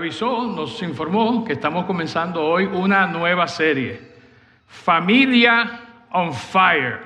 avisó, nos informó que estamos comenzando hoy una nueva serie, Familia on Fire.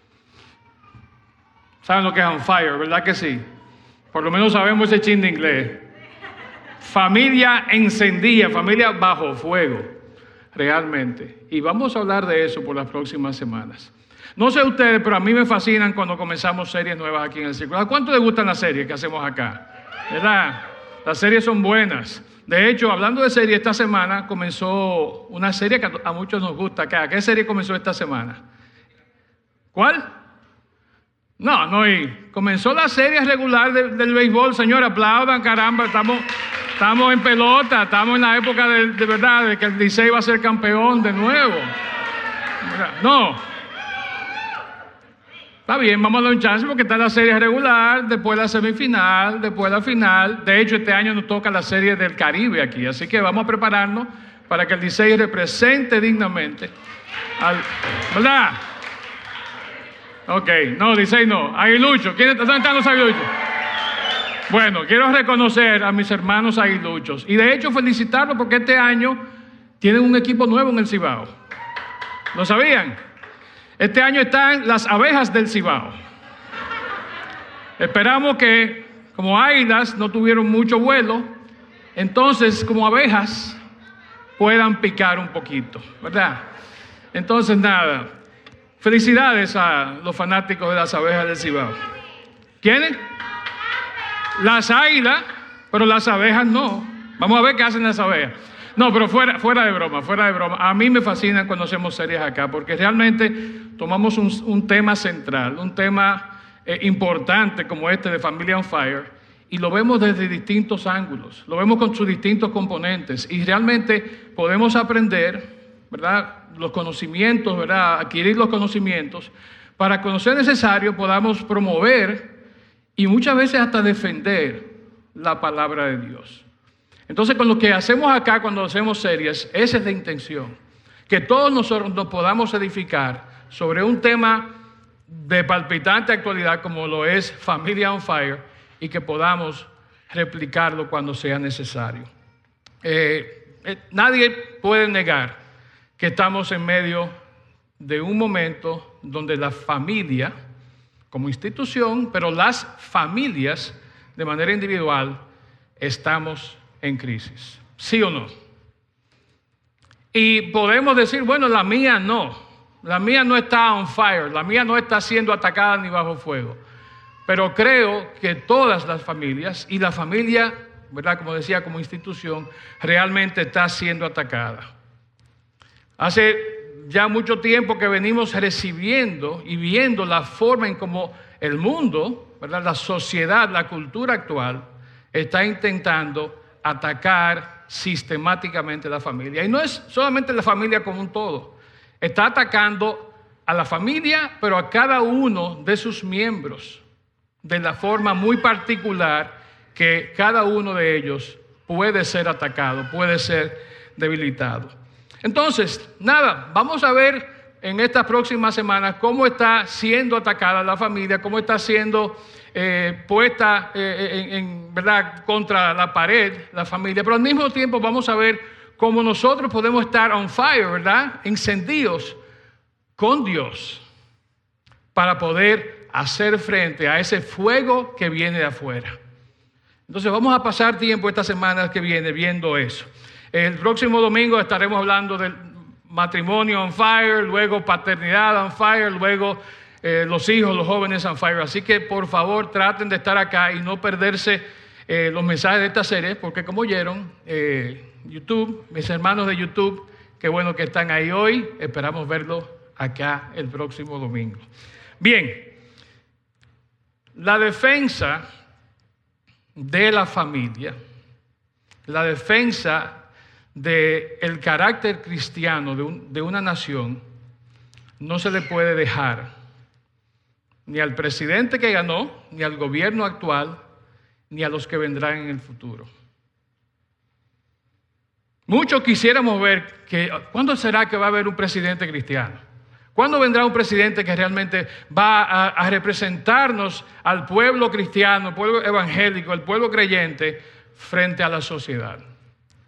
¿Saben lo que es on fire, verdad que sí? Por lo menos sabemos ese chin de inglés. Familia encendida, familia bajo fuego, realmente. Y vamos a hablar de eso por las próximas semanas. No sé ustedes, pero a mí me fascinan cuando comenzamos series nuevas aquí en el Círculo. ¿A cuánto les gustan las series que hacemos acá? ¿Verdad? Las series son buenas. De hecho, hablando de series, esta semana comenzó una serie que a muchos nos gusta acá. ¿Qué serie comenzó esta semana? ¿Cuál? No, comenzó la serie regular del béisbol. Señor, aplaudan, caramba, estamos en pelota, estamos en la época de verdad, de que el Licey va a ser campeón de nuevo. No. Está bien, vamos a dar un chance porque está la serie regular, después la semifinal, después la final. De hecho, este año nos toca la serie del Caribe aquí, así que vamos a prepararnos para que el Licey represente dignamente ¿verdad? Ok, no, Licey no. Aguilucho, ¿dónde están los aguiluchos? Bueno, quiero reconocer a mis hermanos aguiluchos y de hecho felicitarlos porque este año tienen un equipo nuevo en el Cibao. ¿Lo sabían? Este año están las abejas del Cibao. Esperamos que, como águilas no tuvieron mucho vuelo, entonces como abejas puedan picar un poquito, ¿verdad? Entonces nada, felicidades a los fanáticos de las abejas del Cibao. ¿Quiénes? Las águilas, pero las abejas no. Vamos a ver qué hacen las abejas. No, pero fuera de broma. A mí me fascina cuando hacemos series acá, porque realmente tomamos un tema central, un tema importante como este de Familia on Fire, y lo vemos desde distintos ángulos, lo vemos con sus distintos componentes, y realmente podemos aprender, ¿verdad?, los conocimientos, ¿verdad?, adquirir los conocimientos, para cuando sea necesario podamos promover y muchas veces hasta defender la palabra de Dios. Entonces, con lo que hacemos acá cuando hacemos series, esa es la intención, que todos nosotros nos podamos edificar sobre un tema de palpitante actualidad como lo es Familia on Fire y que podamos replicarlo cuando sea necesario. Nadie puede negar que estamos en medio de un momento donde la familia, como institución, pero las familias de manera individual, estamos en crisis, ¿sí o no? Y podemos decir, bueno, la mía no está on fire, la mía no está siendo atacada ni bajo fuego, pero creo que todas las familias y la familia, ¿verdad?, como decía, como institución, realmente está siendo atacada. Hace ya mucho tiempo que venimos recibiendo y viendo la forma en cómo el mundo, ¿verdad?, la sociedad, la cultura actual está intentando atacar sistemáticamente la familia. Y no es solamente la familia como un todo. Está atacando a la familia, pero a cada uno de sus miembros, de la forma muy particular que cada uno de ellos puede ser atacado, puede ser debilitado. Entonces, nada, vamos a ver en estas próximas semanas cómo está siendo atacada la familia, cómo está siendo puesta ¿verdad?, contra la pared la familia, pero al mismo tiempo vamos a ver cómo nosotros podemos estar on fire, ¿verdad?, encendidos con Dios para poder hacer frente a ese fuego que viene de afuera. Entonces vamos a pasar tiempo estas semanas que viene viendo eso. El próximo domingo estaremos hablando del matrimonio on fire, luego paternidad on fire, luego los hijos, los jóvenes on fire. Así que por favor traten de estar acá y no perderse los mensajes de esta serie, porque como oyeron, YouTube, mis hermanos de YouTube, qué bueno que están ahí hoy, esperamos verlos acá el próximo domingo. Bien, la defensa de la familia, la defensa del carácter cristiano de una nación, no se le puede dejar ni al presidente que ganó, ni al gobierno actual, ni a los que vendrán en el futuro. Muchos quisiéramos ver ¿cuándo será que va a haber un presidente cristiano? ¿Cuándo vendrá un presidente que realmente va a representarnos al pueblo cristiano, al pueblo evangélico, al pueblo creyente frente a la sociedad?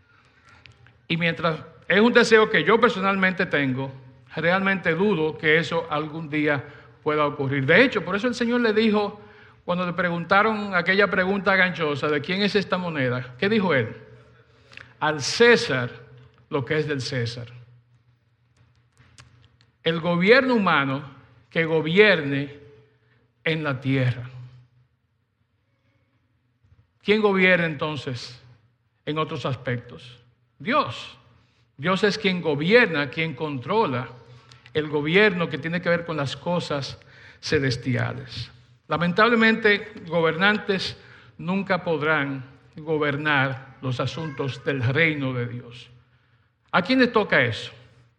Y mientras es un deseo que yo personalmente tengo, realmente dudo que eso algún día pueda ocurrir. De hecho, por eso el Señor le dijo, cuando le preguntaron aquella pregunta ganchosa de quién es esta moneda, ¿qué dijo Él? Al César lo que es del César. El gobierno humano que gobierne en la tierra. ¿Quién gobierna entonces en otros aspectos? Dios. Dios es quien gobierna, quien controla el gobierno que tiene que ver con las cosas celestiales. Lamentablemente, gobernantes nunca podrán gobernar los asuntos del reino de Dios. ¿A quién le toca eso?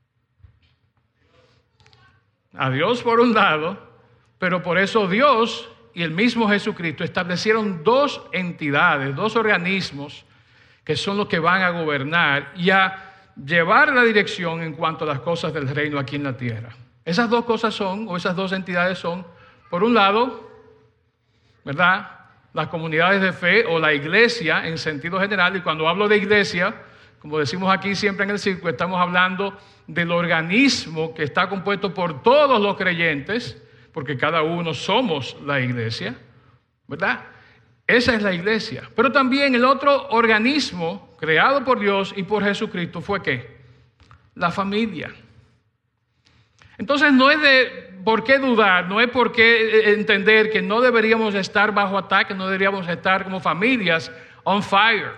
A Dios por un lado, pero por eso Dios y el mismo Jesucristo establecieron dos entidades, dos organismos que son los que van a gobernar y a llevar la dirección en cuanto a las cosas del reino aquí en la tierra. Esas dos cosas son, o esas dos entidades son, por un lado, ¿verdad?, las comunidades de fe o la iglesia en sentido general. Y cuando hablo de iglesia, como decimos aquí siempre en el círculo, estamos hablando del organismo que está compuesto por todos los creyentes, porque cada uno somos la iglesia, ¿verdad? Esa es la iglesia. Pero también el otro organismo creado por Dios y por Jesucristo fue ¿qué? La familia. Entonces no es de por qué dudar, no es por qué entender que no deberíamos estar bajo ataque, no deberíamos estar como familias on fire.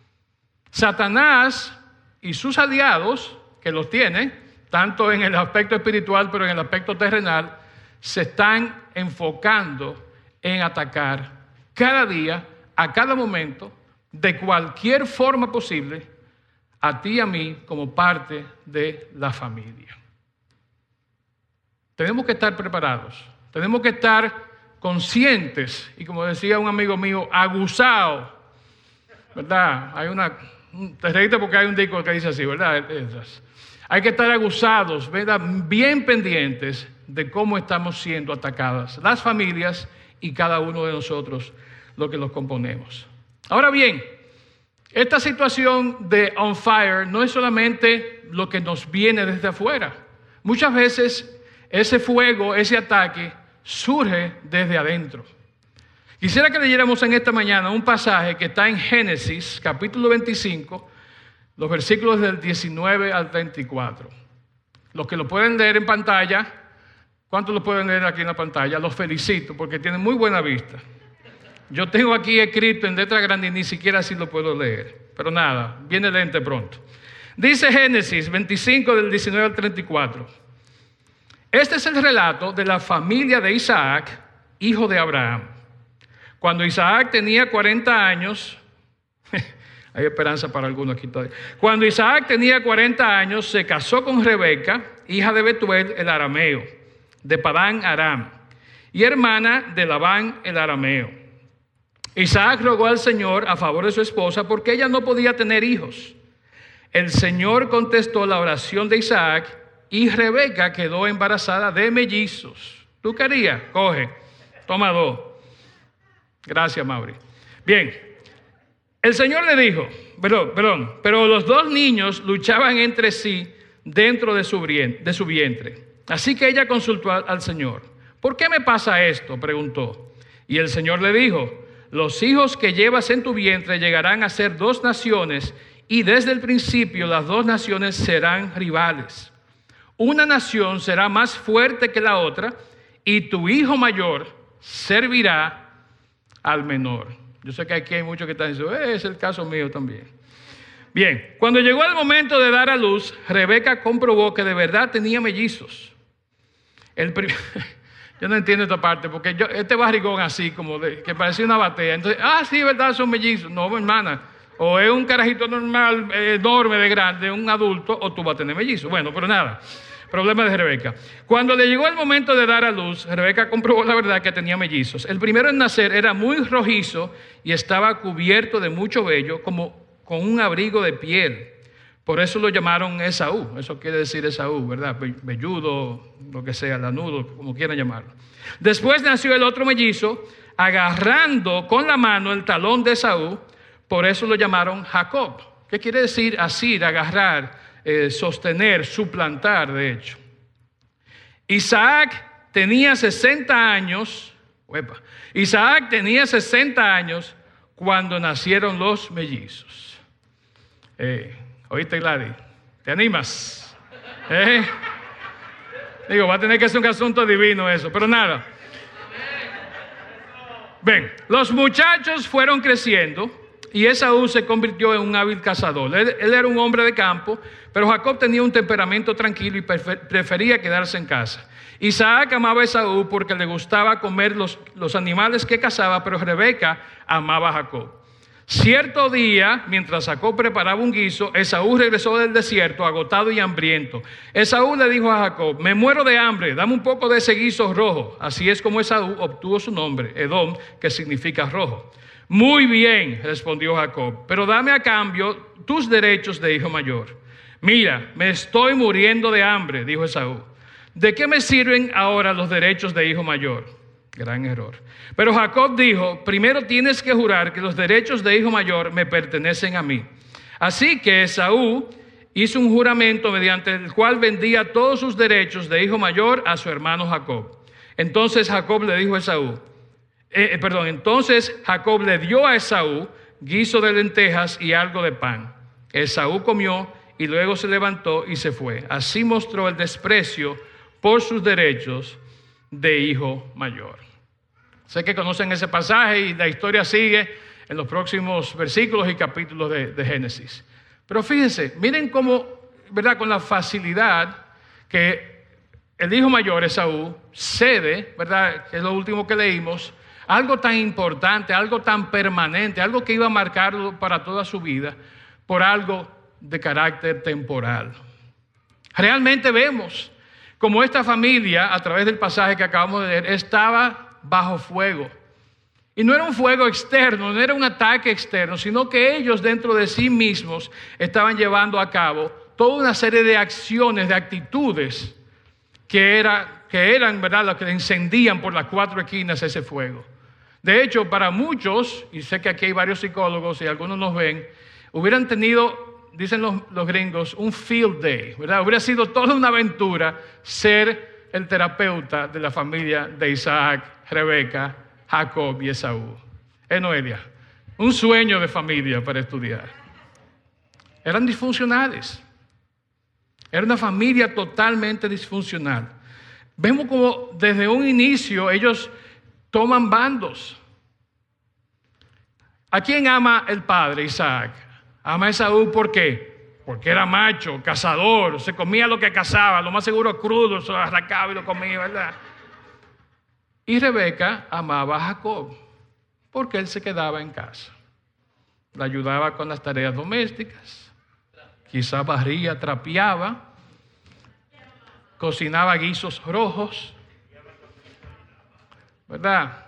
Satanás y sus aliados, que los tiene, tanto en el aspecto espiritual pero en el aspecto terrenal, se están enfocando en atacar cada día, a cada momento, de cualquier forma posible, a ti y a mí como parte de la familia. Tenemos que estar preparados, tenemos que estar conscientes y, como decía un amigo mío, aguzados, ¿verdad? Te reíste porque hay un disco que dice así, ¿verdad? Hay que estar aguzados, ¿verdad? Bien pendientes de cómo estamos siendo atacadas las familias y cada uno de nosotros, lo que los componemos. Ahora bien, esta situación de on fire no es solamente lo que nos viene desde afuera. Muchas veces ese fuego, ese ataque, surge desde adentro. Quisiera que leyéramos en esta mañana un pasaje que está en Génesis, capítulo 25, los versículos del 19 al 34. Los que lo pueden leer en pantalla, ¿cuántos lo pueden leer aquí en la pantalla? Los felicito porque tienen muy buena vista. Yo tengo aquí escrito en letra grande y ni siquiera así lo puedo leer. Pero nada, viene lente pronto. Dice Génesis 25 del 19 al 34. Este es el relato de la familia de Isaac, hijo de Abraham. Cuando Isaac tenía 40 años, hay esperanza para algunos aquí todavía. Cuando Isaac tenía 40 años, se casó con Rebeca, hija de Betuel el arameo, de Padán Aram, y hermana de Labán el arameo. Isaac rogó al Señor a favor de su esposa porque ella no podía tener hijos. El Señor contestó la oración de Isaac y Rebeca quedó embarazada de mellizos. ¿Tú querías? Coge, toma 2. Gracias, Mauri. Bien, el Señor le dijo, pero los dos niños luchaban entre sí dentro de su vientre. Así que ella consultó al Señor. ¿Por qué me pasa esto?, preguntó. Y el Señor le dijo, los hijos que llevas en tu vientre llegarán a ser 2 naciones y desde el principio las 2 naciones serán rivales. Una nación será más fuerte que la otra y tu hijo mayor servirá al menor. Yo sé que aquí hay muchos que están diciendo, es el caso mío también. Bien, cuando llegó el momento de dar a luz, Rebeca comprobó que de verdad tenía mellizos. Yo no entiendo esta parte, porque este barrigón así, como que parecía una batea. Entonces, sí, verdad, son mellizos. No, hermana, o es un carajito normal, enorme, de grande, un adulto, o tú vas a tener mellizos. Bueno, pero nada, problema de Rebeca. Cuando le llegó el momento de dar a luz, Rebeca comprobó la verdad que tenía mellizos. El primero en nacer era muy rojizo y estaba cubierto de mucho vello, como con un abrigo de piel. Por eso lo llamaron Esaú. Eso quiere decir Esaú, ¿verdad? Velludo, lo que sea, lanudo, como quieran llamarlo. Después nació el otro mellizo, agarrando con la mano el talón de Esaú. Por eso lo llamaron Jacob. ¿Qué quiere decir asir? Agarrar, sostener, suplantar, de hecho. Isaac tenía 60 años. Isaac tenía 60 años cuando nacieron los mellizos. ¿Oíste, Gladys? ¿Te animas? Digo, va a tener que ser un asunto divino eso, pero nada. Ven, los muchachos fueron creciendo y Esaú se convirtió en un hábil cazador. Él era un hombre de campo, pero Jacob tenía un temperamento tranquilo y prefería quedarse en casa. Isaac amaba a Esaú porque le gustaba comer los animales que cazaba, pero Rebeca amaba a Jacob. Cierto día, mientras Jacob preparaba un guiso, Esaú regresó del desierto agotado y hambriento. Esaú le dijo a Jacob: me muero de hambre, dame un poco de ese guiso rojo. Así es como Esaú obtuvo su nombre, Edom, que significa rojo. Muy bien, respondió Jacob, pero dame a cambio tus derechos de hijo mayor. Mira, me estoy muriendo de hambre, dijo Esaú. ¿De qué me sirven ahora los derechos de hijo mayor? Gran error. Pero Jacob dijo: primero tienes que jurar que los derechos de hijo mayor me pertenecen a mí. Así que Esaú hizo un juramento mediante el cual vendía todos sus derechos de hijo mayor a su hermano Jacob. Entonces Jacob le dijo a Esaú, entonces Jacob le dio a Esaú guiso de lentejas y algo de pan. Esaú comió y luego se levantó y se fue. Así mostró el desprecio por sus derechos de hijo mayor. Sé que conocen ese pasaje y la historia sigue en los próximos versículos y capítulos de Génesis. Pero fíjense, miren cómo, ¿verdad?, con la facilidad que el hijo mayor, Esaú, cede, ¿verdad?, que es lo último que leímos, algo tan importante, algo tan permanente, algo que iba a marcarlo para toda su vida, por algo de carácter temporal. Realmente vemos como esta familia, a través del pasaje que acabamos de leer, estaba bajo fuego. Y no era un fuego externo, no era un ataque externo, sino que ellos dentro de sí mismos estaban llevando a cabo toda una serie de acciones, de actitudes que eran, ¿verdad?, las que encendían por las cuatro esquinas ese fuego. De hecho, para muchos, y sé que aquí hay varios psicólogos y algunos nos ven, hubieran tenido, dicen los gringos, un field day, ¿verdad? Hubiera sido toda una aventura ser el terapeuta de la familia de Isaac, Rebeca, Jacob y Esaú. Noelia, un sueño de familia para estudiar. Eran disfuncionales. Era una familia totalmente disfuncional. Vemos como desde un inicio ellos toman bandos. ¿A quién ama el padre Isaac? Ama a Esaú, ¿por qué? Porque era macho, cazador, se comía lo que cazaba, lo más seguro crudo, se lo arrancaba y lo comía, ¿verdad? Y Rebeca amaba a Jacob, porque él se quedaba en casa. Le ayudaba con las tareas domésticas, quizás barría, trapeaba, cocinaba guisos rojos, ¿verdad?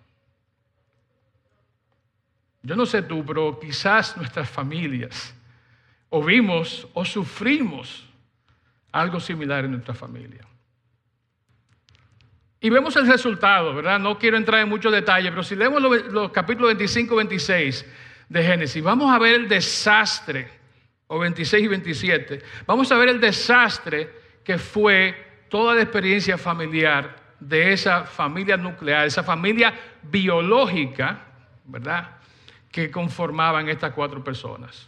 Yo no sé tú, pero quizás nuestras familias o vimos o sufrimos algo similar en nuestra familia. Y vemos el resultado, ¿verdad? No quiero entrar en muchos detalles, pero si leemos los capítulos 25 y 26 de Génesis, vamos a ver el desastre, o 26 y 27, vamos a ver el desastre que fue toda la experiencia familiar de esa familia nuclear, esa familia biológica, ¿verdad?, que conformaban estas cuatro personas.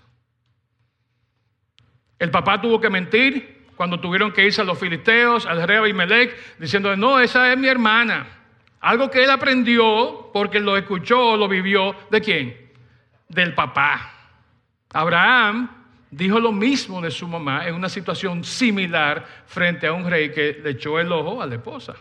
El papá tuvo que mentir cuando tuvieron que irse a los filisteos, al rey Abimelech, diciendo: no, esa es mi hermana. Algo que él aprendió porque lo escuchó, lo vivió. ¿De quién? Del papá. Abraham dijo lo mismo de su mamá en una situación similar frente a un rey que le echó el ojo a la esposa.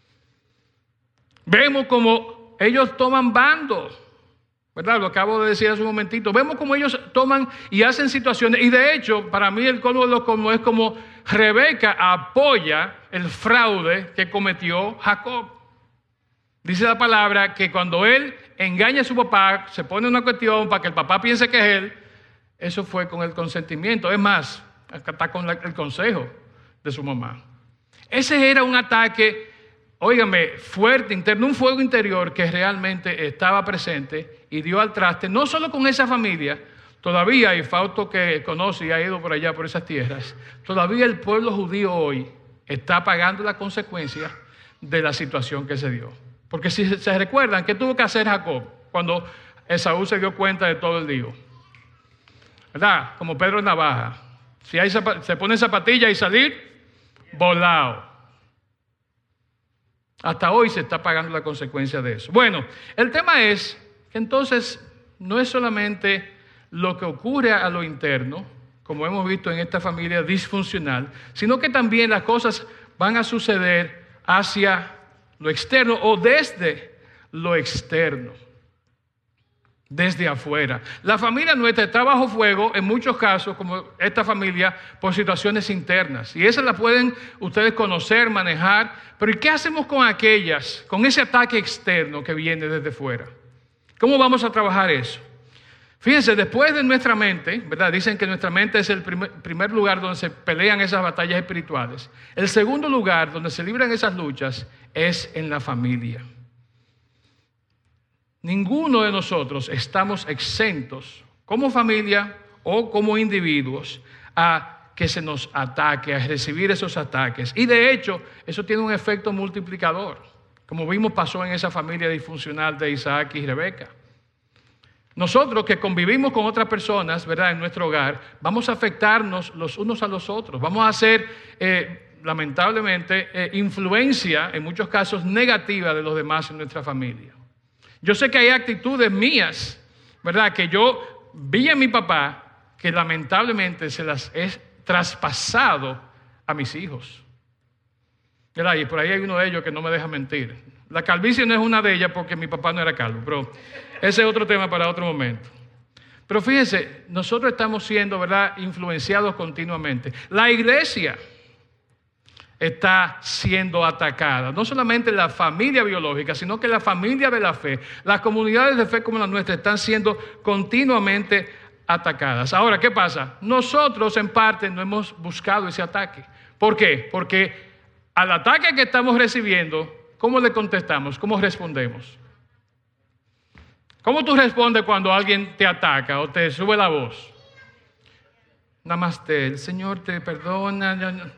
Vemos como ellos toman bando, ¿verdad? Lo acabo de decir hace un momentito. Vemos como ellos toman y hacen situaciones. Y de hecho, para mí el colmo de los colmos es como Rebeca apoya el fraude que cometió Jacob. Dice la palabra que cuando él engaña a su papá, se pone una cuestión para que el papá piense que es él, eso fue con el consentimiento. Es más, acá está con el consejo de su mamá. Ese era un ataque, óigame, fuerte, interno, un fuego interior que realmente estaba presente y dio al traste, no solo con esa familia, Todavía, y Fausto que conoce y ha ido por allá, por esas tierras, todavía el pueblo judío hoy está pagando la consecuencia de la situación que se dio. Porque si se recuerdan, ¿qué tuvo que hacer Jacob cuando Esaú se dio cuenta de todo el lío? ¿Verdad? Como Pedro en navaja. Si hay se pone zapatilla y salir, volado. Hasta hoy se está pagando la consecuencia de eso. Bueno, el tema es que entonces no es solamente lo que ocurre a lo interno, como hemos visto en esta familia disfuncional, sino que también las cosas van a suceder hacia lo externo o desde lo externo, desde afuera. La familia nuestra está bajo fuego en muchos casos, como esta familia, por situaciones internas. Y esas las pueden ustedes conocer, manejar. Pero ¿y qué hacemos con aquellas, con ese ataque externo que viene desde fuera? ¿Cómo vamos a trabajar eso? Fíjense, después de nuestra mente, ¿verdad? Dicen que nuestra mente es el primer lugar donde se pelean esas batallas espirituales. El segundo lugar donde se libran esas luchas es en la familia. Ninguno de nosotros estamos exentos, como familia o como individuos, a que se nos ataque, a recibir esos ataques. Y de hecho, eso tiene un efecto multiplicador, como vimos pasó en esa familia disfuncional de Isaac y Rebeca. Nosotros que convivimos con otras personas, ¿verdad?, en nuestro hogar, vamos a afectarnos los unos a los otros. Vamos a ser, lamentablemente, influencia, en muchos casos, negativa de los demás en nuestra familia. Yo sé que hay actitudes mías, ¿verdad?, que yo vi en mi papá, que lamentablemente se las he traspasado a mis hijos. ¿Verdad? Y por ahí hay uno de ellos que no me deja mentir. La calvicie no es una de ellas porque mi papá no era calvo, pero ese es otro tema para otro momento. Pero fíjense, nosotros estamos siendo, ¿verdad?, influenciados continuamente. La iglesia está siendo atacada. No solamente la familia biológica, sino que la familia de la fe, las comunidades de fe como la nuestra están siendo continuamente atacadas. Ahora, ¿qué pasa? Nosotros en parte no hemos buscado ese ataque. ¿Por qué? Porque al ataque que estamos recibiendo, ¿cómo le contestamos? ¿Cómo respondemos? ¿Cómo tú respondes cuando alguien te ataca o te sube la voz? Namaste, el Señor te perdona.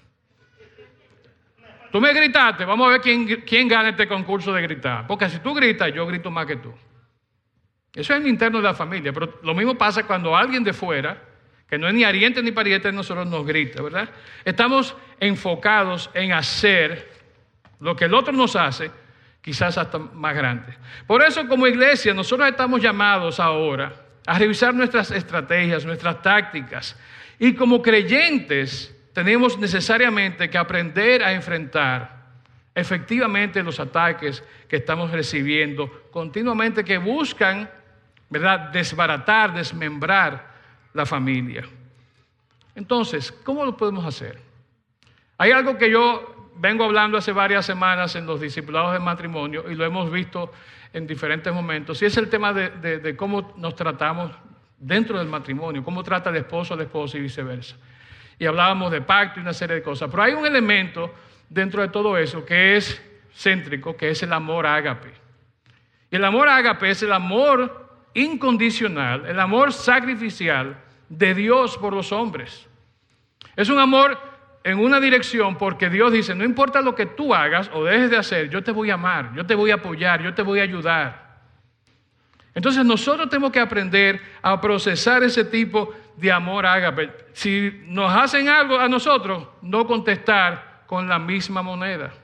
Tú me gritaste, vamos a ver quién gana este concurso de gritar. Porque si tú gritas, yo grito más que tú. Eso es en el interno de la familia, pero lo mismo pasa cuando alguien de fuera, que no es ni ariente ni pariente de nosotros, nos grita, ¿verdad? Estamos enfocados en hacer lo que el otro nos hace, quizás hasta más grande. Por eso, como iglesia, nosotros estamos llamados ahora a revisar nuestras estrategias, nuestras tácticas. Y como creyentes, tenemos necesariamente que aprender a enfrentar efectivamente los ataques que estamos recibiendo continuamente, que buscan, ¿verdad?, desbaratar, desmembrar la familia. Entonces, ¿cómo lo podemos hacer? Hay algo que yo vengo hablando hace varias semanas en los discipulados de matrimonio y lo hemos visto en diferentes momentos, y es el tema de cómo nos tratamos dentro del matrimonio, cómo trata el esposo a la esposa y viceversa. Y hablábamos de pacto y una serie de cosas. Pero hay un elemento dentro de todo eso que es céntrico, que es el amor ágape. Y el amor ágape es el amor incondicional, el amor sacrificial de Dios por los hombres. Es un amor en una dirección porque Dios dice, no importa lo que tú hagas o dejes de hacer, yo te voy a amar, yo te voy a apoyar, yo te voy a ayudar. Entonces nosotros tenemos que aprender a procesar ese tipo de amor ágape. Si nos hacen algo a nosotros, no contestar con la misma moneda.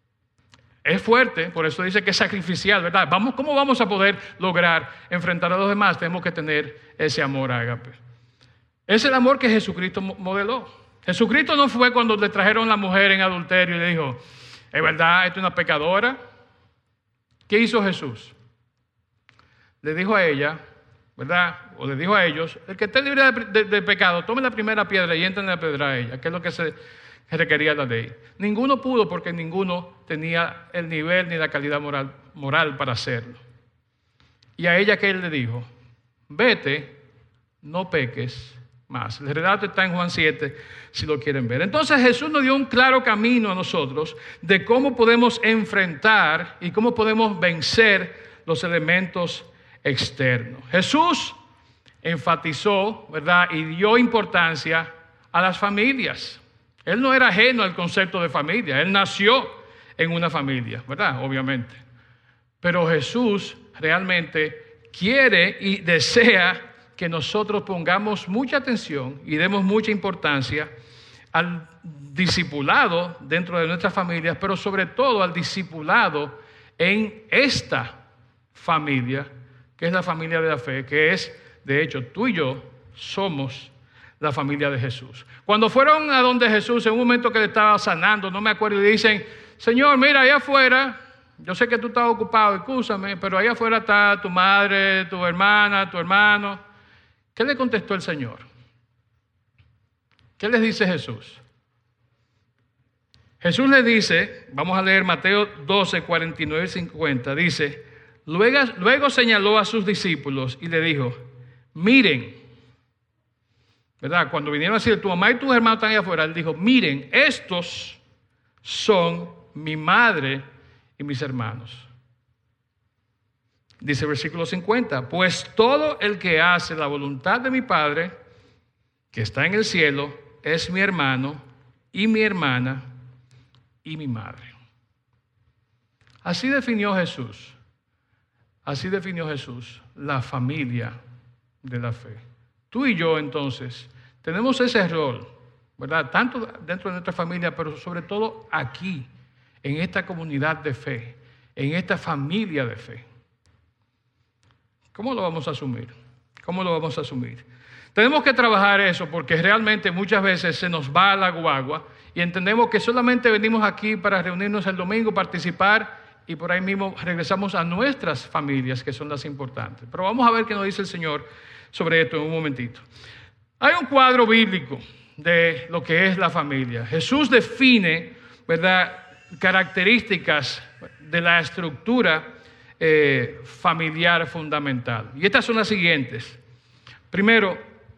Es fuerte, por eso dice que es sacrificial, ¿verdad? ¿Cómo vamos a poder lograr enfrentar a los demás? Tenemos que tener ese amor ágape. Es el amor que Jesucristo modeló. Jesucristo no fue cuando le trajeron a la mujer en adulterio y le dijo, ¿es verdad, esta es una pecadora? ¿Qué hizo Jesús? Le dijo a ella, ¿verdad? O le dijo a ellos, el que esté libre de pecado, tome la primera piedra y entren en la piedra a ella, que es lo que se requería la ley. Ninguno pudo porque ninguno tenía el nivel ni la calidad moral para hacerlo. Y a ella, ¿qué él le dijo? Vete, no peques más. El relato está en Juan 7, si lo quieren ver. Entonces Jesús nos dio un claro camino a nosotros de cómo podemos enfrentar y cómo podemos vencer los elementos externos. Jesús enfatizó, ¿verdad? Y dio importancia a las familias. Él no era ajeno al concepto de familia. Él nació en una familia, ¿verdad? Obviamente. Pero Jesús realmente quiere y desea que nosotros pongamos mucha atención y demos mucha importancia al discipulado dentro de nuestras familias, pero sobre todo al discipulado en esta familia, que es la familia de la fe, que es, de hecho, tú y yo somos la familia de Jesús. Cuando fueron a donde Jesús, en un momento que le estaba sanando, no me acuerdo, y dicen, Señor, mira, allá afuera, yo sé que tú estás ocupado, excúsame, pero allá afuera está tu madre, tu hermana, tu hermano. ¿Qué le contestó el Señor? ¿Qué les dice Jesús? Jesús le dice, vamos a leer Mateo 12, 49 y 50, dice, luego señaló a sus discípulos y le dijo, miren, ¿verdad? Cuando vinieron a decir, tu mamá y tus hermanos están allá afuera, él dijo, miren, estos son mi madre y mis hermanos. Dice el versículo 50, pues todo el que hace la voluntad de mi Padre, que está en el cielo, es mi hermano y mi hermana y mi madre. Así definió Jesús la familia de la fe. Tú y yo entonces tenemos ese rol, ¿verdad? Tanto dentro de nuestra familia, pero sobre todo aquí, en esta comunidad de fe, en esta familia de fe. ¿Cómo lo vamos a asumir? ¿Cómo lo vamos a asumir? Tenemos que trabajar eso porque realmente muchas veces se nos va la guagua y entendemos que solamente venimos aquí para reunirnos el domingo, participar y por ahí mismo regresamos a nuestras familias, que son las importantes. Pero vamos a ver qué nos dice el Señor sobre esto en un momentito. Hay un cuadro bíblico de lo que es la familia. Jesús define, ¿verdad?, características de la estructura familiar fundamental. Y estas son las siguientes. Primero,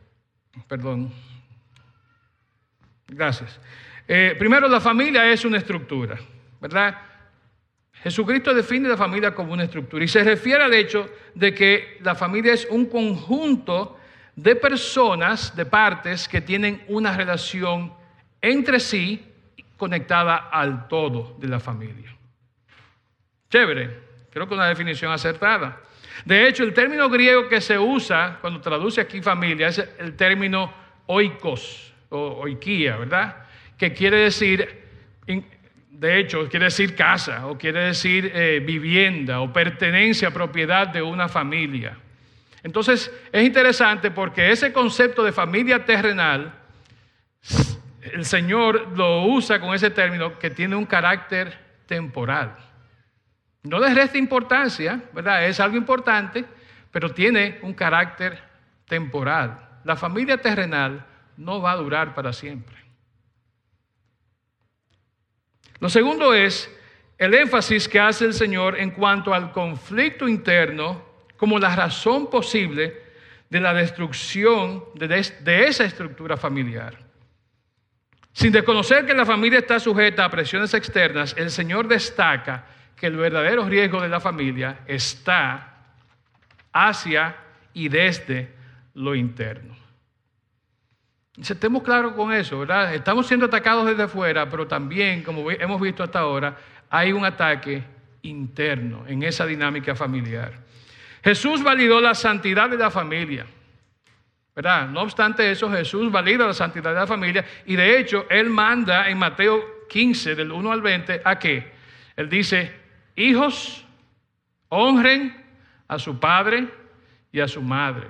primero, la familia es una estructura, ¿verdad? Jesucristo define la familia como una estructura y se refiere al hecho de que la familia es un conjunto de personas, de partes que tienen una relación entre sí conectada al todo de la familia. Chévere. Creo que una definición acertada. De hecho, el término griego que se usa cuando traduce aquí familia es el término oikos o oikia, ¿verdad? Que quiere decir, de hecho, quiere decir casa o quiere decir vivienda o pertenencia, propiedad de una familia. Entonces, es interesante porque ese concepto de familia terrenal, el Señor lo usa con ese término que tiene un carácter temporal. No les resta importancia, ¿verdad? Es algo importante, pero tiene un carácter temporal. La familia terrenal no va a durar para siempre. Lo segundo es el énfasis que hace el Señor en cuanto al conflicto interno como la razón posible de la destrucción de esa estructura familiar. Sin desconocer que la familia está sujeta a presiones externas, el Señor destaca que el verdadero riesgo de la familia está hacia y desde lo interno. Estemos claros con eso, ¿verdad? Estamos siendo atacados desde afuera, pero también, como hemos visto hasta ahora, hay un ataque interno en esa dinámica familiar. Jesús validó la santidad de la familia, ¿verdad? No obstante eso, Jesús valida la santidad de la familia y de hecho, Él manda en Mateo 15, del 1 al 20, ¿a qué? Él dice, hijos, honren a su padre y a su madre.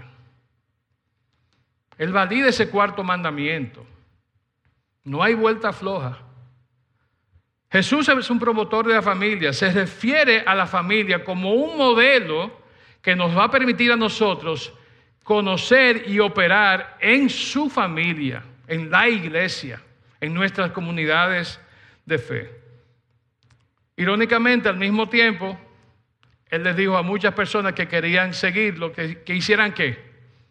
Él valida ese cuarto mandamiento. No hay vuelta floja. Jesús es un promotor de la familia. Se refiere a la familia como un modelo que nos va a permitir a nosotros conocer y operar en su familia, en la iglesia, en nuestras comunidades de fe. Irónicamente, al mismo tiempo, Él les dijo a muchas personas que querían seguirlo, que hicieran ¿qué?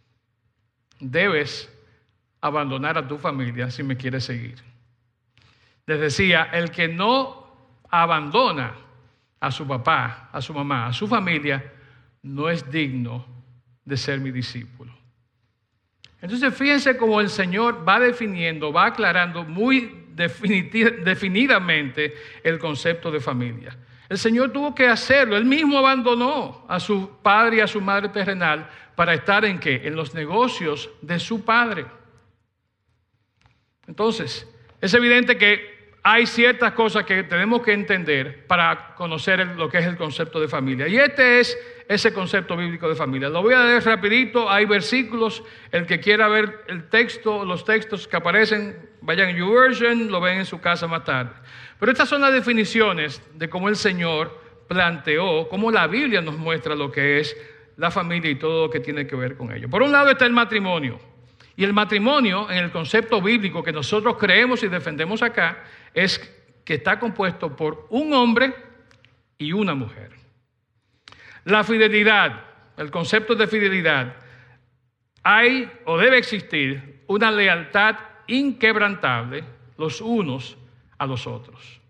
Debes abandonar a tu familia si me quieres seguir. Les decía, el que no abandona a su papá, a su mamá, a su familia, no es digno de ser mi discípulo. Entonces fíjense cómo el Señor va definiendo, va aclarando muy definidamente el concepto de familia. El Señor tuvo que hacerlo. Él mismo abandonó a su padre y a su madre terrenal para estar ¿en qué? En los negocios de su padre. Entonces, es evidente que hay ciertas cosas que tenemos que entender para conocer lo que es el concepto de familia. Y este es ese concepto bíblico de familia. Lo voy a leer rapidito, hay versículos. El que quiera ver el texto, los textos que aparecen, vayan en YouVersion, lo ven en su casa más tarde. Pero estas son las definiciones de cómo el Señor planteó, cómo la Biblia nos muestra lo que es la familia y todo lo que tiene que ver con ello. Por un lado está el matrimonio. Y el matrimonio, en el concepto bíblico que nosotros creemos y defendemos acá, es que está compuesto por un hombre y una mujer. La fidelidad, el concepto de fidelidad, hay o debe existir una lealtad inquebrantable los unos a los otros.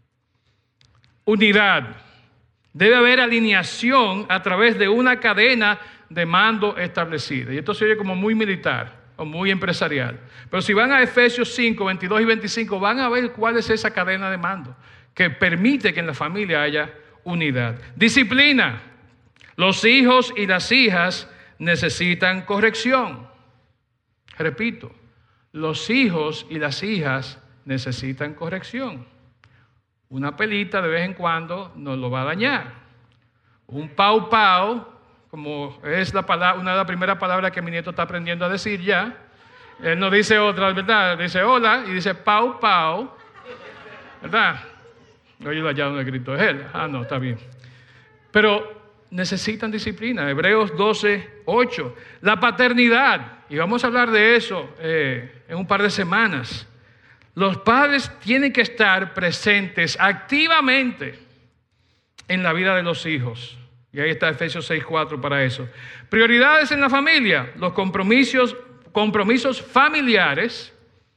Unidad, debe haber alineación a través de una cadena de mando establecida. Y esto se oye como muy militar o muy empresarial. Pero si van a Efesios 5, 22 y 25, van a ver cuál es esa cadena de mando que permite que en la familia haya unidad. Disciplina. Los hijos y las hijas necesitan corrección. Repito, los hijos y las hijas necesitan corrección. Una pelita de vez en cuando nos lo va a dañar. Un pau pau, como es una de las primeras palabras que mi nieto está aprendiendo a decir ya. Él no dice otra, ¿verdad? Dice hola y dice pau pau, ¿verdad? Oye, allá donde grito es él. Ah, no, está bien. Pero necesitan disciplina. Hebreos 12, 8. La paternidad, y vamos a hablar de eso en un par de semanas. Los padres tienen que estar presentes activamente en la vida de los hijos. Y ahí está Efesios 6:4 para eso. Prioridades en la familia, los compromisos familiares.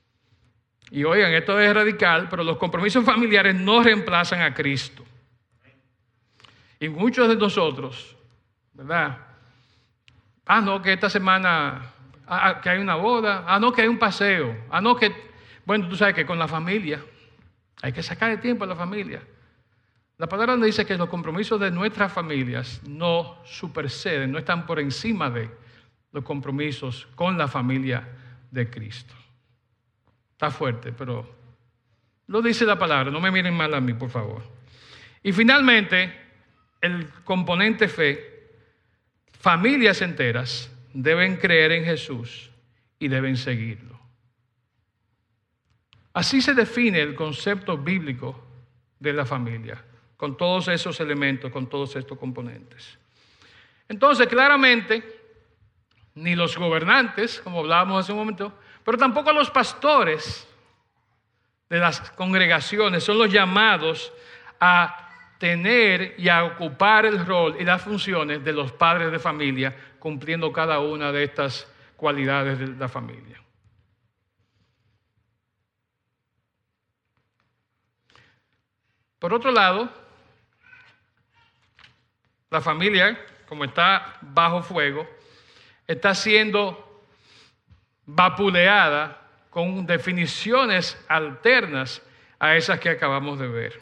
Y oigan, esto es radical, pero los compromisos familiares no reemplazan a Cristo. Y muchos de nosotros, ¿verdad? No, que esta semana, que hay una boda, no, que hay un paseo, no, que, bueno, tú sabes que con la familia, hay que sacar tiempo a la familia. La palabra nos dice que los compromisos de nuestras familias no superseden, no están por encima de los compromisos con la familia de Cristo. Está fuerte, pero lo dice la palabra, no me miren mal a mí, por favor. Y finalmente, el componente fe, familias enteras deben creer en Jesús y deben seguirlo. Así se define el concepto bíblico de la familia, con todos esos elementos, con todos estos componentes. Entonces, claramente, ni los gobernantes, como hablábamos hace un momento, pero tampoco los pastores de las congregaciones son los llamados a tener y a ocupar el rol y las funciones de los padres de familia, cumpliendo cada una de estas cualidades de la familia. Por otro lado, la familia, como está bajo fuego, está siendo vapuleada con definiciones alternas a esas que acabamos de ver.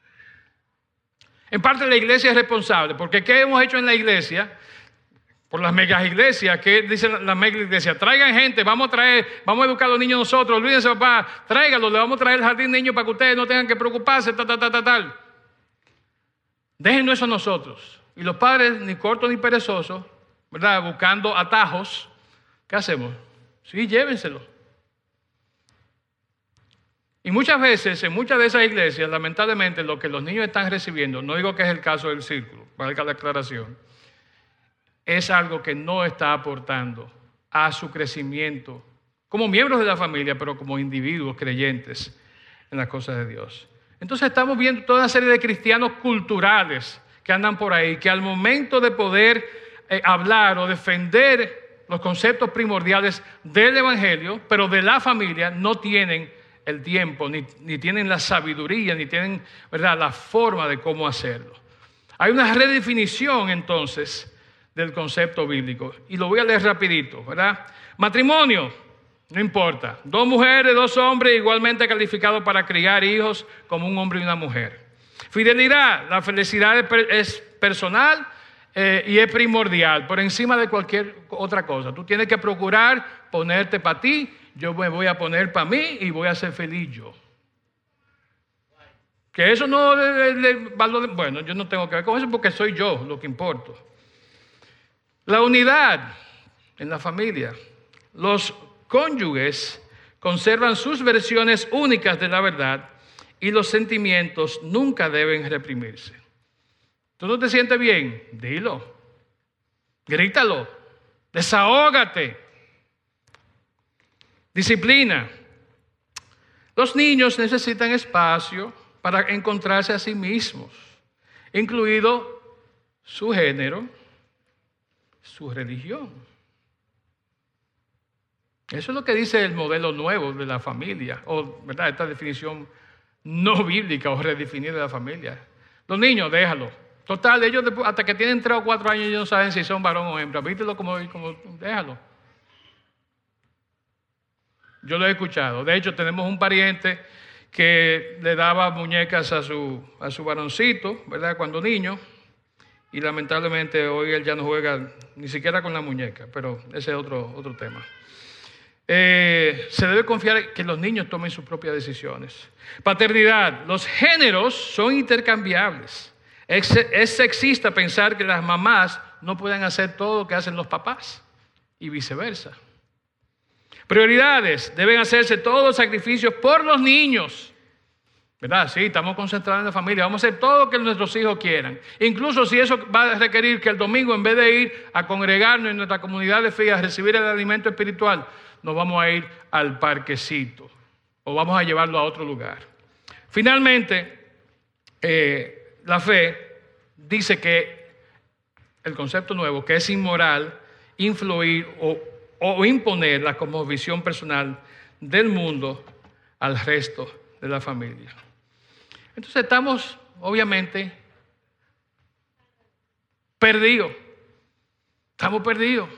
En parte la iglesia es responsable, porque ¿qué hemos hecho en la iglesia? Por las megas iglesias, ¿qué dicen las megas iglesias? Traigan gente, vamos a educar a los niños nosotros, olvídense papá, tráiganlos, le vamos a traer el jardín de niños para que ustedes no tengan que preocuparse, tal. Déjenos eso a nosotros. Y los padres, ni cortos ni perezosos, ¿verdad? Buscando atajos, ¿qué hacemos? Sí, llévenselo. Y muchas veces, en muchas de esas iglesias, lamentablemente, lo que los niños están recibiendo, no digo que es el caso del círculo, valga la aclaración, es algo que no está aportando a su crecimiento como miembros de la familia, pero como individuos creyentes en las cosas de Dios. Entonces estamos viendo toda una serie de cristianos culturales que andan por ahí, que al momento de poder hablar o defender los conceptos primordiales del evangelio, pero de la familia, no tienen el tiempo, ni tienen la sabiduría, ni tienen, ¿verdad?, la forma de cómo hacerlo. Hay una redefinición entonces del concepto bíblico. Y lo voy a leer rapidito, ¿verdad? Matrimonio, no importa. 2 mujeres, 2 hombres igualmente calificados para criar hijos como un hombre y una mujer. Fidelidad, la felicidad es personal y es primordial, por encima de cualquier otra cosa. Tú tienes que procurar ponerte para ti, yo me voy a poner para mí y voy a ser feliz yo. Que eso no bueno, yo no tengo que ver con eso porque soy yo lo que importa. La unidad en la familia. Los cónyuges conservan sus versiones únicas de la verdad y los sentimientos nunca deben reprimirse. ¿Tú no te sientes bien? Dilo. Grítalo. Desahógate. Disciplina. Los niños necesitan espacio para encontrarse a sí mismos, incluido su género, su religión. Eso es lo que dice el modelo nuevo de la familia, o ¿verdad? Esta definición no bíblica o redefinida de la familia. Los niños, déjalo. Total, ellos hasta que tienen 3 o 4 años ellos no saben si son varón o hembra. Vítelo como déjalo. Yo lo he escuchado. De hecho, tenemos un pariente que le daba muñecas a su varoncito, ¿verdad? Cuando niño. Y lamentablemente hoy él ya no juega ni siquiera con la muñeca, pero ese es otro tema. Se debe confiar en que los niños tomen sus propias decisiones. Paternidad. Los géneros son intercambiables. Es sexista pensar que las mamás no pueden hacer todo lo que hacen los papás y viceversa. Prioridades. Deben hacerse todos los sacrificios por los niños. ¿Verdad? Sí, estamos concentrados en la familia. Vamos a hacer todo lo que nuestros hijos quieran. Incluso si eso va a requerir que el domingo, en vez de ir a congregarnos en nuestra comunidad de fe a recibir el alimento espiritual, nos vamos a ir al parquecito o vamos a llevarlo a otro lugar. Finalmente, la fe dice que el concepto nuevo, que es inmoral influir o imponer la cosmovisión personal del mundo al resto de la familia. Entonces estamos obviamente perdidos. Estamos perdidos.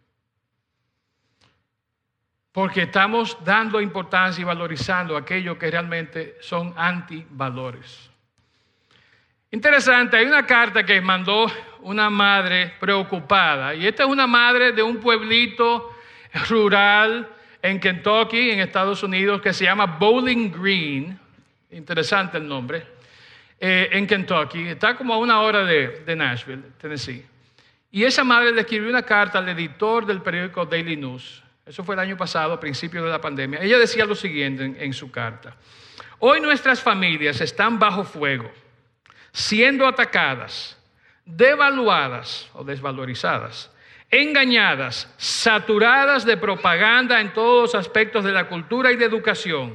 Porque estamos dando importancia y valorizando aquello que realmente son antivalores. Interesante, hay una carta que mandó una madre preocupada. Y esta es una madre de un pueblito rural en Kentucky, en Estados Unidos, que se llama Bowling Green. Interesante el nombre. En Kentucky. Está como a 1 hora de Nashville, Tennessee. Y esa madre le escribió una carta al editor del periódico Daily News. Eso fue el año pasado, a principios de la pandemia. Ella decía lo siguiente en su carta. Hoy nuestras familias están bajo fuego, siendo atacadas, devaluadas o desvalorizadas, engañadas, saturadas de propaganda en todos los aspectos de la cultura y de educación.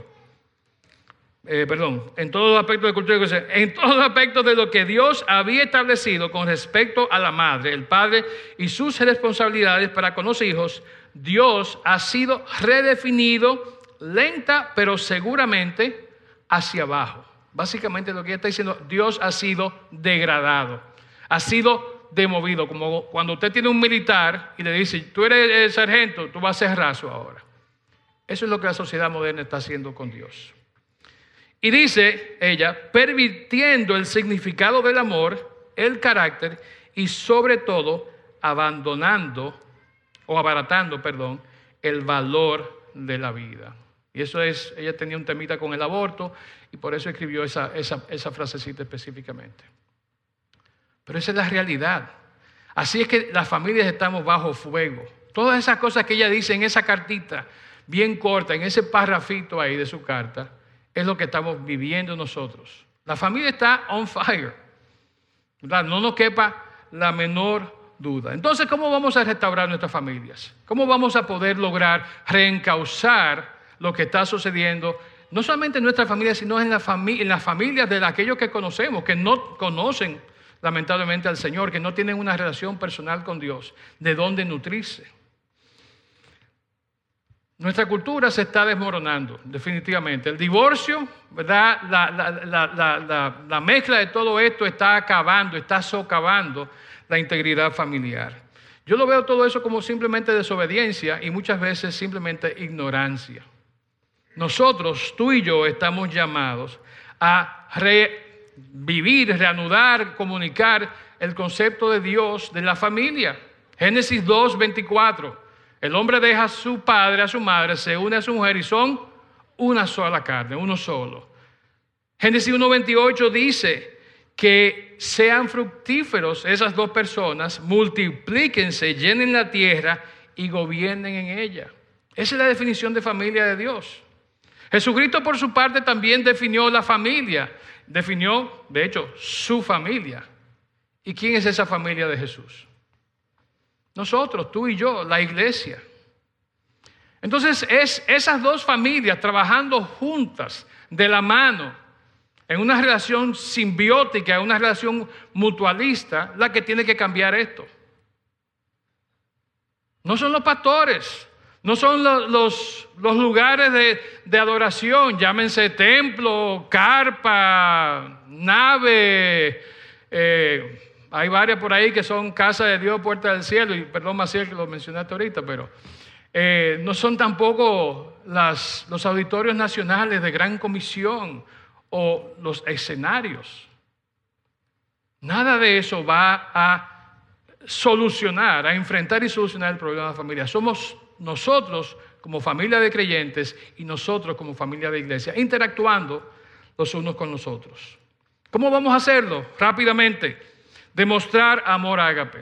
En todos los aspectos de cultura y educación, en todos los aspectos de lo que Dios había establecido con respecto a la madre, el padre y sus responsabilidades para con los hijos. Dios ha sido redefinido lenta pero seguramente hacia abajo. Básicamente lo que ella está diciendo, Dios ha sido degradado, ha sido demovido. Como cuando usted tiene un militar y le dice, tú eres el sargento, tú vas a ser raso ahora. Eso es lo que la sociedad moderna está haciendo con Dios. Y dice ella, pervirtiendo el significado del amor, el carácter y sobre todo abaratando, el valor de la vida. Y eso es, ella tenía un temita con el aborto y por eso escribió esa frasecita específicamente. Pero esa es la realidad. Así es que las familias estamos bajo fuego. Todas esas cosas que ella dice en esa cartita, bien corta, en ese parrafito ahí de su carta, es lo que estamos viviendo nosotros. La familia está on fire, ¿verdad? No nos quepa la menor duda. Entonces, ¿cómo vamos a restaurar nuestras familias? ¿Cómo vamos a poder lograr reencauzar lo que está sucediendo, no solamente en nuestra familia, sino en las familias de aquellos que conocemos, que no conocen lamentablemente al Señor, que no tienen una relación personal con Dios, de dónde nutrirse? Nuestra cultura se está desmoronando, definitivamente. El divorcio, ¿verdad? La mezcla de todo esto está acabando, está socavando la integridad familiar. Yo lo veo todo eso como simplemente desobediencia y muchas veces simplemente ignorancia. Nosotros, tú y yo, estamos llamados a revivir, reanudar, comunicar el concepto de Dios de la familia. Génesis 2:24. El hombre deja a su padre, a su madre, se une a su mujer y son una sola carne, uno solo. Génesis 1:28 dice que sean fructíferos esas dos personas, multiplíquense, llenen la tierra y gobiernen en ella. Esa es la definición de familia de Dios. Jesucristo, por su parte, también definió la familia. Definió, de hecho, su familia. ¿Y quién es esa familia de Jesús? Nosotros, tú y yo, la iglesia. Entonces, es esas dos familias trabajando juntas, de la mano, en una relación simbiótica, una relación mutualista, la que tiene que cambiar esto. No son los pastores, no son los lugares de adoración, llámense templo, carpa, nave. Hay varias por ahí que son casa de Dios, puerta del cielo, y perdón Maciel que lo mencionaste ahorita, pero no son tampoco los auditorios nacionales de gran comisión o los escenarios. Nada de eso va a solucionar, a enfrentar y solucionar el problema de la familia. Somos nosotros como familia de creyentes y nosotros como familia de iglesia, interactuando los unos con los otros. ¿Cómo vamos a hacerlo? Rápidamente, demostrar amor ágape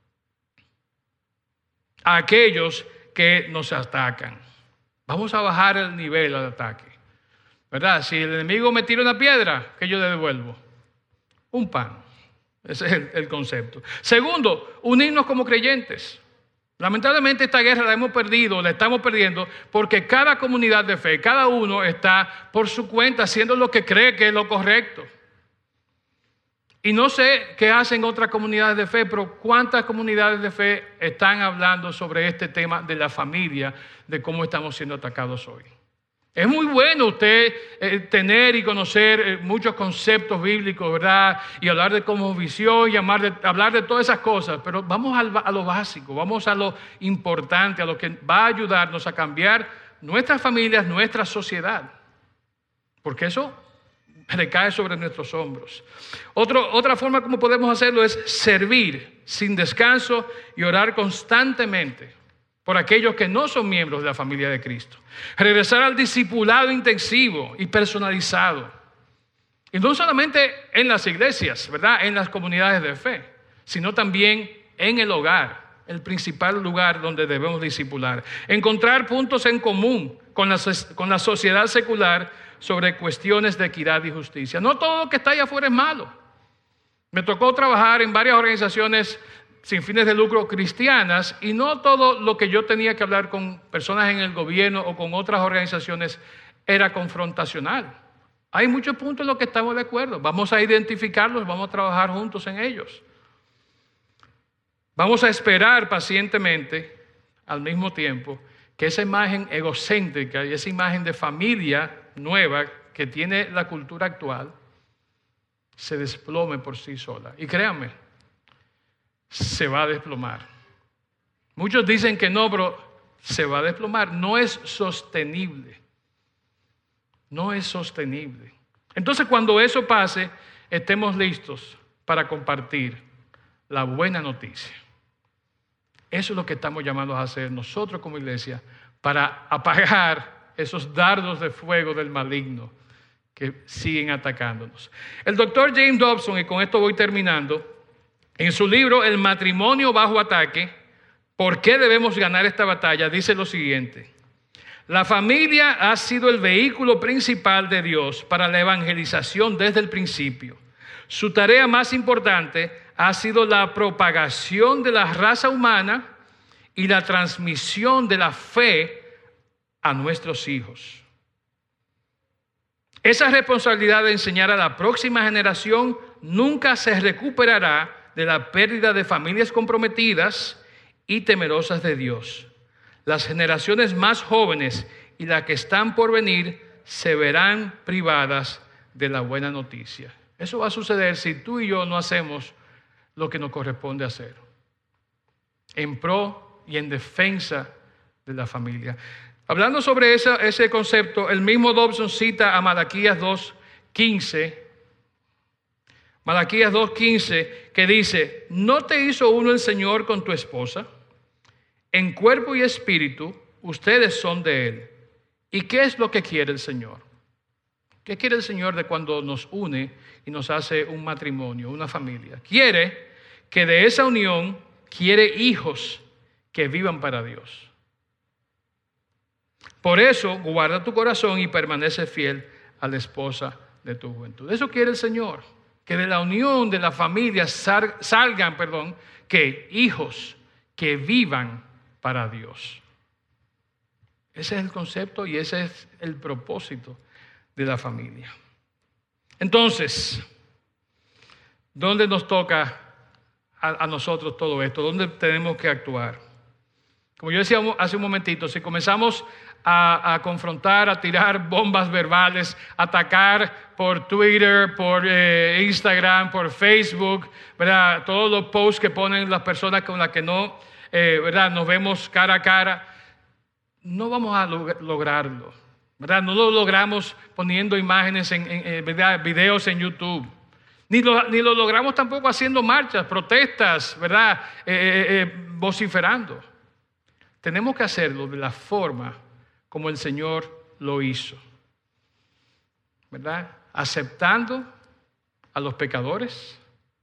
a aquellos que nos atacan. Vamos a bajar el nivel del ataque, ¿verdad? Si el enemigo me tira una piedra, ¿qué yo le devuelvo? Un pan. Ese es el concepto. Segundo, unirnos como creyentes. Lamentablemente esta guerra la estamos perdiendo porque cada comunidad de fe, cada uno está por su cuenta haciendo lo que cree que es lo correcto. Y no sé qué hacen otras comunidades de fe, pero cuántas comunidades de fe están hablando sobre este tema de la familia, de cómo estamos siendo atacados hoy. Es muy bueno usted tener y conocer muchos conceptos bíblicos, ¿verdad? Y hablar de cosmovisión y hablar de todas esas cosas, pero vamos a lo básico, vamos a lo importante, a lo que va a ayudarnos a cambiar nuestras familias, nuestra sociedad. Porque eso recae sobre nuestros hombros. Otra forma como podemos hacerlo es servir sin descanso y orar constantemente por aquellos que no son miembros de la familia de Cristo. Regresar al discipulado intensivo y personalizado. Y no solamente en las iglesias, ¿verdad? En las comunidades de fe, sino también en el hogar, el principal lugar donde debemos discipular. Encontrar puntos en común con la sociedad secular sobre cuestiones de equidad y justicia. No todo lo que está allá afuera es malo. Me tocó trabajar en varias organizaciones sin fines de lucro cristianas y no todo lo que yo tenía que hablar con personas en el gobierno o con otras organizaciones era confrontacional. Hay muchos puntos en los que estamos de acuerdo. Vamos a identificarlos, vamos a trabajar juntos en ellos. Vamos a esperar pacientemente al mismo tiempo que esa imagen egocéntrica y esa imagen de familia nueva que tiene la cultura actual se desplome por sí sola. Y créanme, se va a desplomar. Muchos dicen que no, pero se va a desplomar. No es sostenible. No es sostenible. Entonces, cuando eso pase, estemos listos para compartir la buena noticia. Eso es lo que estamos llamados a hacer nosotros como iglesia para apagar esos dardos de fuego del maligno que siguen atacándonos. El doctor James Dobson, y con esto voy terminando, en su libro El matrimonio bajo ataque, ¿por qué debemos ganar esta batalla?, dice lo siguiente: la familia ha sido el vehículo principal de Dios para la evangelización desde el principio. Su tarea más importante ha sido la propagación de la raza humana y la transmisión de la fe a nuestros hijos. Esa responsabilidad de enseñar a la próxima generación nunca se recuperará de la pérdida de familias comprometidas y temerosas de Dios. Las generaciones más jóvenes y las que están por venir se verán privadas de la buena noticia. Eso va a suceder si tú y yo no hacemos lo que nos corresponde hacer. en pro y en defensa de la familia. Hablando sobre ese concepto, el mismo Dobson cita a Malaquías 2:15. Malaquías 2:15, que dice: ¿no te hizo uno el Señor con tu esposa? En cuerpo y espíritu ustedes son de Él. ¿Y qué es lo que quiere el Señor? ¿Qué quiere el Señor de cuando nos une y nos hace un matrimonio, una familia? Quiere que de esa unión, quiere hijos que vivan para Dios. Por eso, guarda tu corazón y permanece fiel a la esposa de tu juventud. Eso quiere el Señor, que de la unión de la familia salgan, que hijos que vivan para Dios. Ese es el concepto y ese es el propósito de la familia. Entonces, ¿dónde nos toca a nosotros todo esto? ¿Dónde tenemos que actuar? Como yo decía hace un momentito, si comenzamos a confrontar, a tirar bombas verbales, atacar por Twitter, por Instagram, por Facebook, ¿verdad? Todos los posts que ponen las personas con las que no, ¿verdad? Nos vemos cara a cara, no vamos a lograrlo, ¿verdad? No lo logramos poniendo imágenes, ¿verdad? Videos en YouTube. Ni lo logramos tampoco haciendo marchas, protestas, ¿verdad? Vociferando. Tenemos que hacerlo de la forma como el Señor lo hizo, ¿verdad? Aceptando a los pecadores,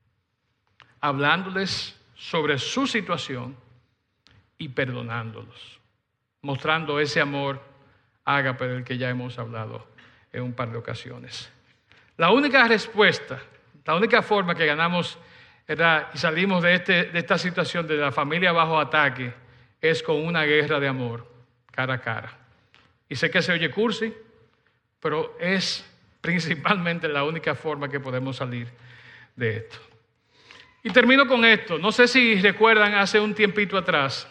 hablándoles sobre su situación y perdonándolos, mostrando ese amor ágape del que ya hemos hablado en un par de ocasiones. La única respuesta, la única forma que ganamos, ¿verdad? Y salimos de esta situación de la familia bajo ataque es con una guerra de amor cara a cara. Y sé que se oye cursi, pero es principalmente la única forma que podemos salir de esto. Y termino con esto. No sé si recuerdan hace un tiempito atrás,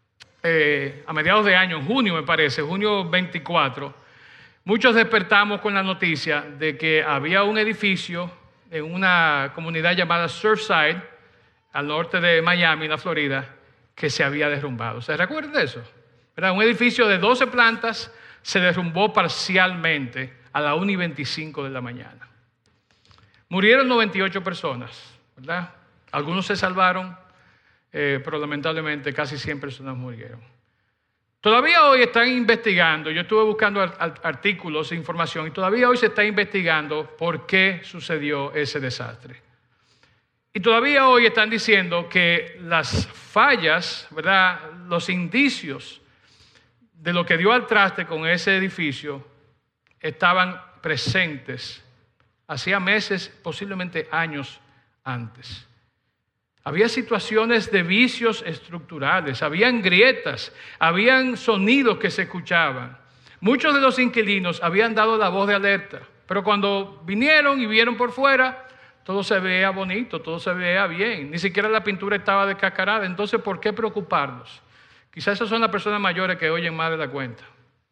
a mediados de año, en junio me parece, junio 24, muchos despertamos con la noticia de que había un edificio en una comunidad llamada Surfside, al norte de Miami, en la Florida, que se había derrumbado. ¿Se recuerdan de eso? ¿Verdad? Un edificio de 12 plantas se derrumbó parcialmente a la 1:25 de la mañana. Murieron 98 personas, ¿verdad? Algunos se salvaron, pero lamentablemente casi 100 personas murieron. Todavía hoy están investigando, yo estuve buscando artículos e información, y todavía hoy se está investigando por qué sucedió ese desastre. Y todavía hoy están diciendo que las fallas, ¿verdad? Los indicios de lo que dio al traste con ese edificio estaban presentes hacía meses, posiblemente años antes. Había situaciones de vicios estructurales, habían grietas, habían sonidos que se escuchaban. Muchos de los inquilinos habían dado la voz de alerta, pero cuando vinieron y vieron por fuera, todo se veía bonito, todo se veía bien, ni siquiera la pintura estaba descascarada. Entonces, ¿por qué preocuparnos? Quizás esas son las personas mayores que oyen más de la cuenta.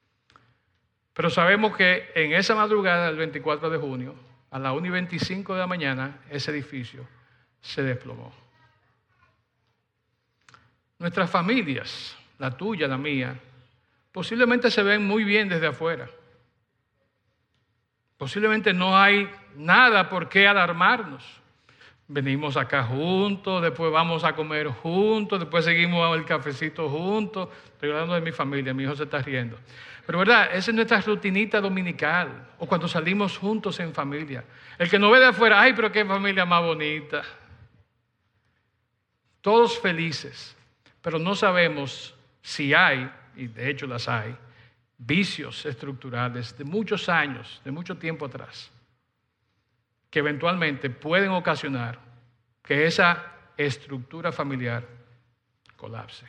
Pero sabemos que en esa madrugada del 24 de junio, a la 1:25 de la mañana, ese edificio se desplomó. Nuestras familias, la tuya, la mía, posiblemente se ven muy bien desde afuera. Posiblemente no hay nada por qué alarmarnos. Venimos acá juntos, después vamos a comer juntos, después seguimos el cafecito juntos. Estoy hablando de mi familia, mi hijo se está riendo. Pero verdad, esa es nuestra rutinita dominical, o cuando salimos juntos en familia. El que nos ve de afuera, ay, pero qué familia más bonita. Todos felices, pero no sabemos si hay, y de hecho las hay, vicios estructurales de muchos años, de mucho tiempo atrás, que eventualmente pueden ocasionar que esa estructura familiar colapse.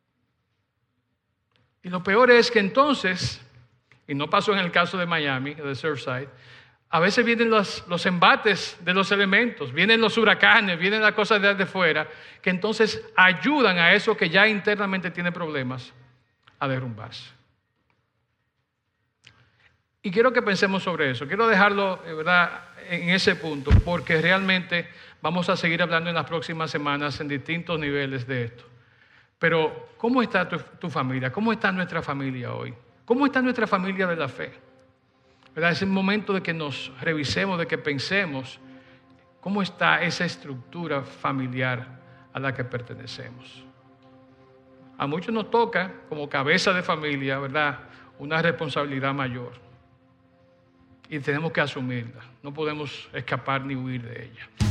Y lo peor es que entonces, y no pasó en el caso de Miami, de Surfside, a veces vienen los embates de los elementos, vienen los huracanes, vienen las cosas de fuera, que entonces ayudan a eso que ya internamente tiene problemas a derrumbarse. Y quiero que pensemos sobre eso, quiero dejarlo, ¿verdad?, en ese punto, porque realmente vamos a seguir hablando en las próximas semanas en distintos niveles de esto. Pero, ¿cómo está tu familia? ¿Cómo está nuestra familia hoy? ¿Cómo está nuestra familia de la fe? ¿Verdad? Es el momento de que nos revisemos, de que pensemos cómo está esa estructura familiar a la que pertenecemos. A muchos nos toca, como cabeza de familia, ¿verdad?, una responsabilidad mayor. Y tenemos que asumirla. No podemos escapar ni huir de ella.